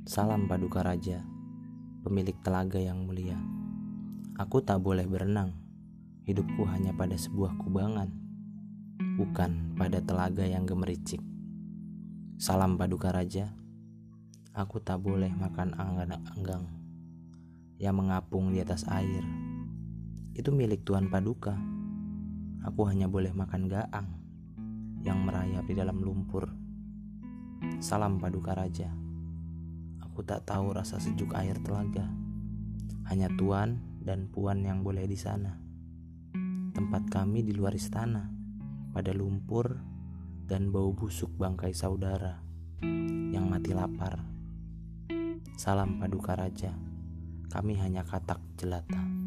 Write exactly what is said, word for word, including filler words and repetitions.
Salam Paduka Raja, pemilik telaga yang mulia. Aku tak boleh berenang, hidupku hanya pada sebuah kubangan, bukan pada telaga yang gemericik. Salam Paduka Raja, aku tak boleh makan anggang-anggang yang mengapung di atas air. Itu milik Tuan Paduka. Aku hanya boleh makan gaang yang merayap di dalam lumpur. Salam Paduka Raja. Aku tak tahu rasa sejuk air telaga. Hanya Tuan dan Puan yang boleh di sana. Tempat kami di luar istana, pada lumpur dan bau busuk bangkai saudara yang mati lapar. Salam Paduka Raja. Kami hanya katak jelata.